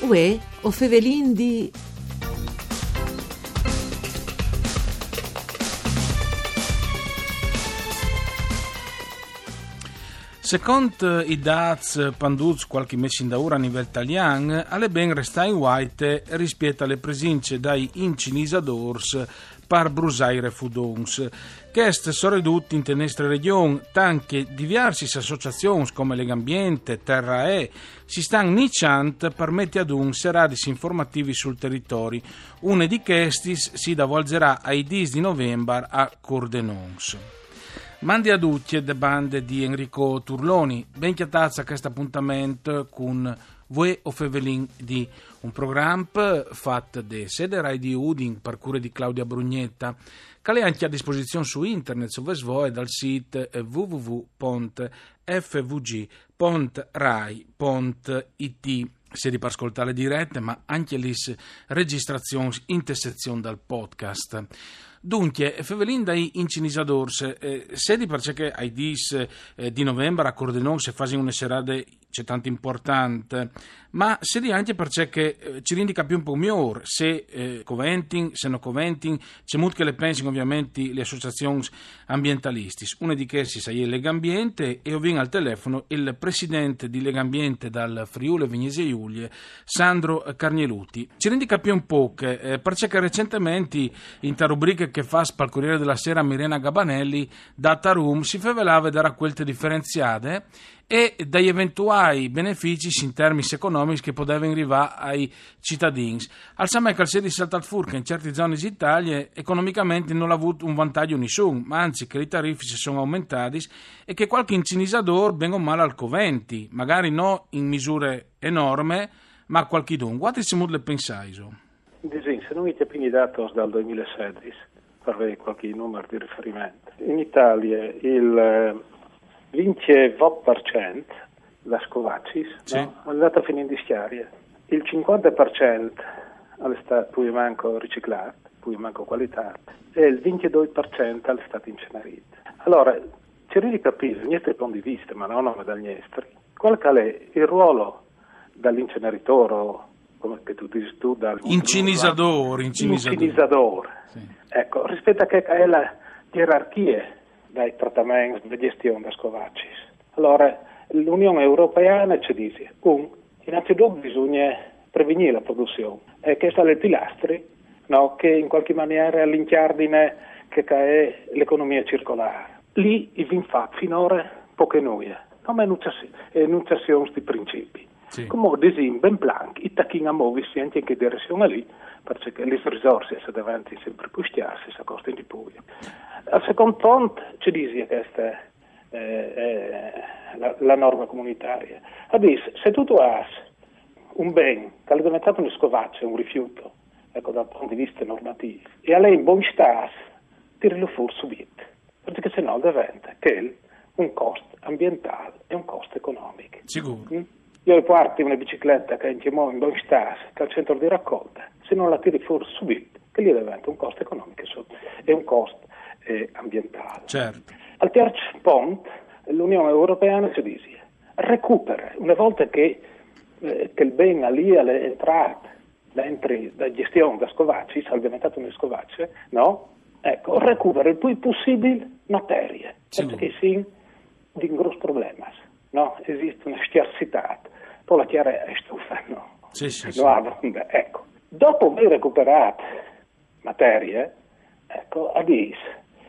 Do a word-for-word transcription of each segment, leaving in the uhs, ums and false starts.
Uè, o fevelin di... Secondo i dati panduz qualche mese in ora a livello italiano, alle ben resta in white rispetto alle presenze dai incinisadors per brusaire fudons. Queste sono ridotte in tenestre regioni, tanto diverse associazioni come Legambiente, Terra E, si stanno iniziando per mettere ad un serradis informativi sul territorio. Una di questi si davolgerà ai dieci di novembre a Cordenons. Mandi a tutti le bande di Enrico Turloni, ben chiatazza questo appuntamento con Vue o Fevelin di un programma fatto da sede Rai di Udin per cura di Claudia Brugnetta, che è anche a disposizione su internet su Vesvoe dal sito w w w punto f v g punto rai punto i t. Sedi per ascoltare le dirette, ma anche le registrazioni in sezione dal podcast. Dunque, Fevelin dai incinisadors, eh, sedi perché ai dieci eh, di novembre a Cordenons si fa una serata c'è tanto importante, ma sedi anche perché eh, ci indica più un po' migliore se eh, coventing, se non coventing, c'è molto che le pensino ovviamente le associazioni ambientalisti. Una di queste è Legambiente e ho vinto al telefono il presidente di Legambiente dal Friuli Venezia Giulia, Sandro Carnieluti. Ci indica più un po' che eh, perché recentemente in ta rubrica che fa spal Corriere della Sera Mirena Gabanelli da Tarum si fa vedere quelle differenziate e dagli eventuali benefici in termini economici che potevano arrivare ai cittadini. Al Samai Calcedi di Saltatfur che in certe zone d'Italia economicamente non ha avuto un vantaggio nessuno, ma anzi che i tariffi si sono aumentati e che qualche incinisador vengono male al coventi, magari non in misure enormi, ma qualche don. Quanti si le pensai? Disin, se non mi tieni dati dal duemilasedici, per avere qualche numero di riferimento. In Italia il ventotto per cento da Scovaccis, sì, no? È andato a finire in schiaria. Il cinquanta per cento è stato poi manco riciclato, poi manco qualità, e il ventidue per cento è stato incenerito. Allora, cerco di capire, niente punto di vista, ma non dagli esteri, qual è il ruolo dall'inceneritore, come che tu dici tu, dal incinisador, incinisador. incinisador. Sì. Ecco, rispetto a che è la gerarchia dai trattamenti di gestione da Scovaccis. Allora, l'Unione Europea ci dice, un, innanzitutto bisogna prevenire la produzione, e che sono i pilastri, no, che in qualche maniera l'inchiardine che è l'economia circolare. Lì il vin fa finora poche noie, come enunciazioni di principi. Sì. Come ad esempio, ben plank, i tacchini a muoversi anche in che direzione lì, perché le risorse se davanti sempre pustiarsi, si costano di più. Al secondo punto ci dice questa eh, eh, la, la norma comunitaria. Adesso, se tu hai un bene che è diventato un scovaccio, un rifiuto, ecco, dal punto di vista normativo, e a lei in buon stato, tiralo fuori subito, perché se no diventa che un costo ambientale e un costo economico. Sicuro. Mm? Io porti una bicicletta che in in buon stato, che al centro di raccolta, se non la tiri fuori subito, che lì diventa un costo economico e un costo eh, ambientale. Certo. Al terzo punto, l'Unione Europea ci dice, recupera, una volta che, eh, che il bene lì è entrato dentro la gestione da Scovaccis, è diventato un Scovaccio, no? Ecco, recupera il più possibile materie, sì, perché sì, di un grosso problema, no? Esiste una scarsità, poi la chiara è stufa, no? Sì, sì, sì. No, ecco. Dopo aver recuperato materie, ecco, adesso,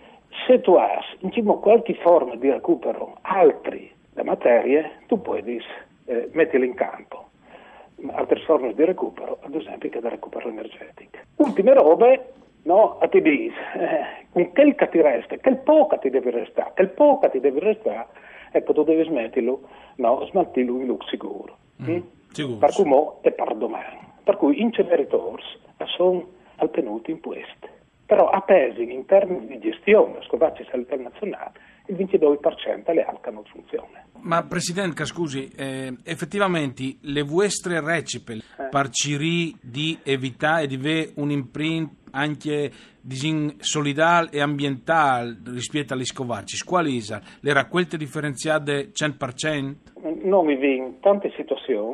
se tu hai diciamo, qualche forma di recupero altri da materie, tu puoi eh, metterle in campo. Altre forme di recupero, ad esempio, che da recupero energetico. Ultime robe, no, a te dici, eh, con quel che ti resta, quel poco ti deve restare, quel poco ti deve restare, ecco, tu devi smetterlo, no, smaltirlo in luce sicuro. Mm, mm? Sicuro. Per cui mo e per domani. Per cui inceneritori sono al tenuti in questo. Però a pesi in termini di gestione, Scovaccis a livello nazionale, il ventidue per cento le altre non funziona. Ma Presidente, scusi, eh, effettivamente le vostre recipe eh. per ciri di evitare di avere un imprint anche disin, solidale e ambientale rispetto agli Scovaccis, quali sono? Le raccolte differenziate cento per cento? Non mi vengono tante situazioni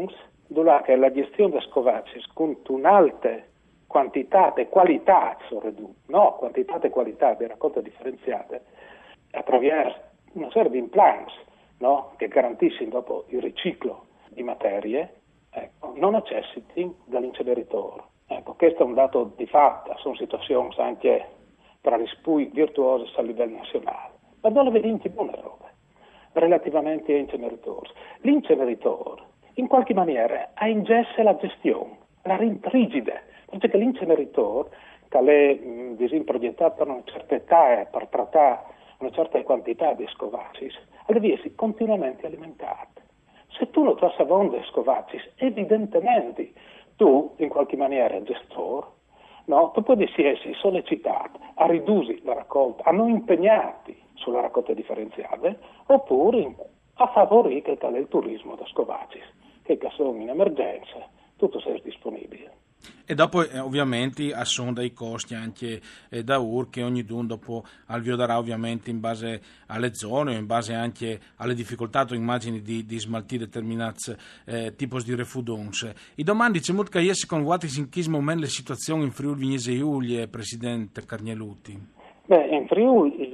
dove che la gestione da scovacci con un'alta quantità e qualità, no, quantità e qualità di raccolta differenziate attraverso una serie di implants, no, che garantiscono dopo il riciclo di materie, ecco, non necessiti dall'inceneritore. Ecco, questo è un dato di fatto, sono situazioni anche tra gli spui virtuosi a livello nazionale. Ma dove vediamo buone robe relativamente agli inceneritori? L'inceneritore, in qualche maniera, ha in gessa la gestione, la rigida, perché l'inceneritore, che è progettato per una certa età e per trattare una certa quantità di scovacci, deve essere continuamente alimentato. Se tu non trovi savone di scovacci, evidentemente tu, in qualche maniera, gestore, no, tu puoi essere sollecitato a ridurre la raccolta, a non impegnarti sulla raccolta differenziata, oppure a favorire il turismo da scovacci, che sono in emergenza, tutto sia disponibile. E dopo eh, ovviamente assonda i costi anche eh, da U R che ogni dun dopo alvioderà ovviamente in base alle zone o in base anche alle difficoltà o immagini di, di smaltire determinati eh, tipi di refudons. I domandi c'è molto che con quali in che momento le situazioni in Friuli Vignese Giulia, Presidente Carnieluti? Beh, in Friuli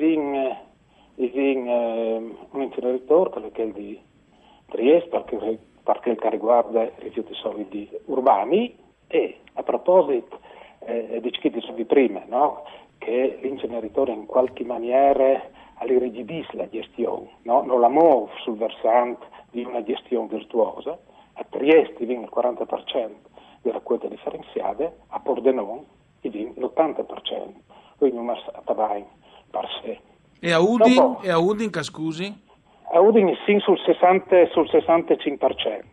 vien eh, un inceneritore che è il di Trieste perché, perché riguarda i rifiuti solidi urbani. E a proposito eh, di ciò che dicevi prima, no? Che l'inceneritore in qualche maniera all'irrigidisce la gestione, no? Non la muove sul versante di una gestione virtuosa. A Trieste viene il quaranta per cento di raccolte differenziate, a Pordenone viene l'ottanta per cento, quindi un tabain per sé. E a Udin, Dopo, e a Udin, scusi? A Udin sì sul, sessanta, sul sessantacinque per cento.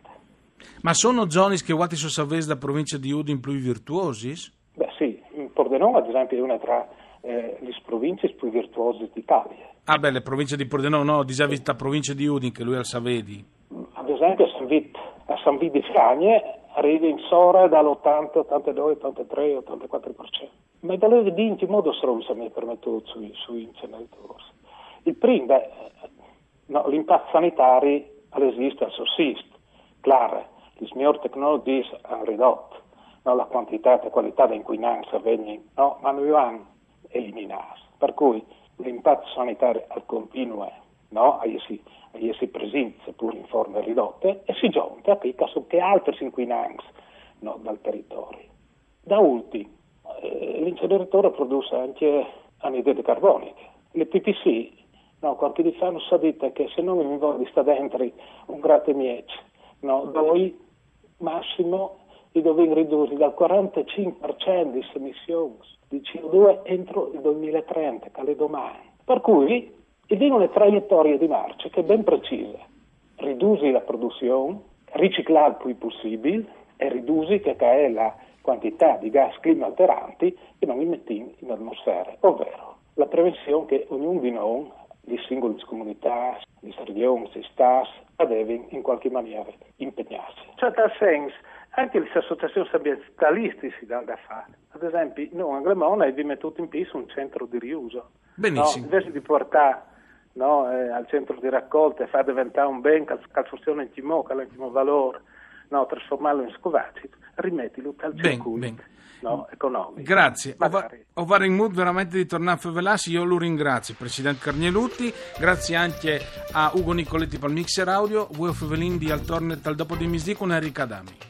Ma sono zone che quati sono savesi da provincia di Udin più virtuosi? Beh sì, Pordenone ad esempio è una tra eh, le province più virtuose d'Italia. Ah beh, le province di Pordenone, no, dicevi la provincia di Udin che lui al Savedi. Ad esempio a San Vito, a San Vito di Fragne arriva in sora dall'ottanta, ottantadue, ottantatré, ottantaquattro per cento. Ma da lì di in che modo sono mi permetto sui, sui inceneritori? Il primo, beh, no, l'impatto sanitario esiste, sussiste. Claro, le migliori tecnologie hanno ridotto, no, la quantità e qualità di inquinanza vengono, no, ma non hanno eliminato. Per cui l'impatto sanitario al continuo, no, a essere, a essere presente, seppur in forme ridotte, e si giunta a picca su che altri inquinanti, no, dal territorio. Da ultimo, eh, l'inceneritore produce anche anidride carbonica. Le P P C, no, qualche di fa non sa dite che se non mi voglio sta dentro un gratte miece, no, dove massimo di dover ridurre dal quarantacinque per cento di emissioni di C O due entro il duemilatrenta, che è domani. Per cui vengono le traiettorie di marcia che è ben precise. Ridurre la produzione, riciclare il più possibile e ridurre che è la quantità di gas climalteranti che non immettiamo in atmosfera, ovvero la prevenzione che ognuno di noi, di singole comunità, di regioni, di stati, deve in qualche maniera impegnarsi. Cioè, tal senso, anche le associazioni ambientalistiche si danno da fare. Ad esempio, noi a Gremona abbiamo messo in piedi un centro di riuso. Benissimo. No? Invece di portare, no, eh, al centro di raccolta e far diventare un bene che funziona in Timò, che ha un valore, no, trasformarlo in scovacci, rimettilo al circuito. No, economico. Grazie. Ho vario in mood veramente di tornare a Fevelassi, io lo ringrazio, Presidente Carnieluti, grazie anche a Ugo Nicoletti per il mixer audio, voi Fevelin di Altornet al dopo di Misdico, Enrica Adami.